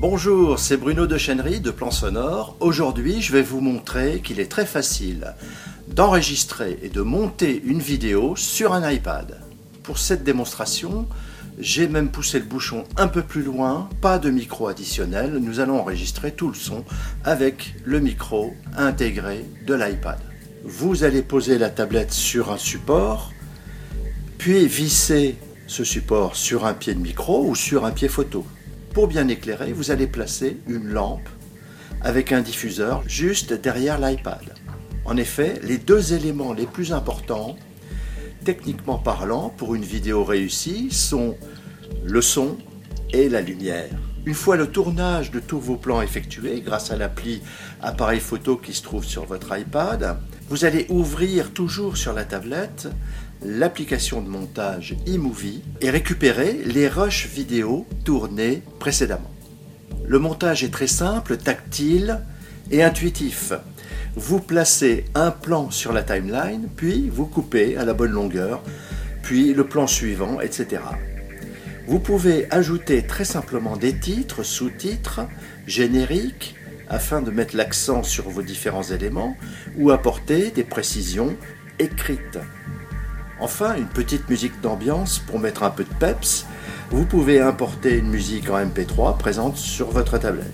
Bonjour, c'est Bruno de Chênery de Plan Sonore. Aujourd'hui, je vais vous montrer qu'il est très facile d'enregistrer et de monter une vidéo sur un iPad. Pour cette démonstration, j'ai même poussé le bouchon un peu plus loin, pas de micro additionnel, nous allons enregistrer tout le son avec le micro intégré de l'iPad. Vous allez poser la tablette sur un support, puis visser ce support sur un pied de micro ou sur un pied photo. Pour bien éclairer, vous allez placer une lampe avec un diffuseur juste derrière l'iPad. En effet, les deux éléments les plus importants, techniquement parlant, pour une vidéo réussie, sont le son et la lumière. Une fois le tournage de tous vos plans effectué, grâce à l'appli appareil photo qui se trouve sur votre iPad, vous allez ouvrir toujours sur la tablette l'application de montage iMovie et récupérer les rushs vidéo tournés précédemment. Le montage est très simple, tactile et intuitif. Vous placez un plan sur la timeline, puis vous coupez à la bonne longueur, puis le plan suivant, etc. Vous pouvez ajouter très simplement des titres, sous-titres, génériques, afin de mettre l'accent sur vos différents éléments, ou apporter des précisions écrites. Enfin, une petite musique d'ambiance pour mettre un peu de peps. Vous pouvez importer une musique en MP3 présente sur votre tablette.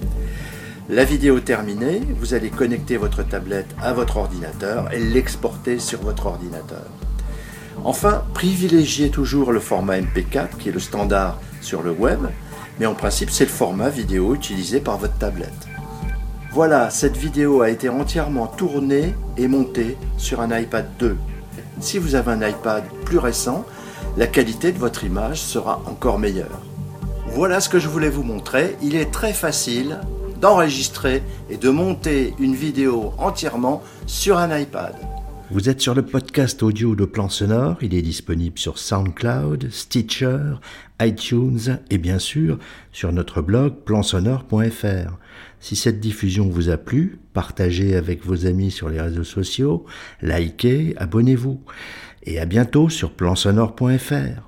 La vidéo terminée, vous allez connecter votre tablette à votre ordinateur et l'exporter sur votre ordinateur. Enfin, privilégiez toujours le format MP4 qui est le standard sur le web, mais en principe c'est le format vidéo utilisé par votre tablette. Voilà, cette vidéo a été entièrement tournée et montée sur un iPad 2. Si vous avez un iPad plus récent, la qualité de votre image sera encore meilleure. Voilà ce que je voulais vous montrer. Il est très facile d'enregistrer et de monter une vidéo entièrement sur un iPad. Vous êtes sur le podcast audio de Plan Sonore, il est disponible sur SoundCloud, Stitcher, iTunes et bien sûr sur notre blog plansonore.fr. Si cette diffusion vous a plu, partagez avec vos amis sur les réseaux sociaux, likez, abonnez-vous et à bientôt sur plansonore.fr.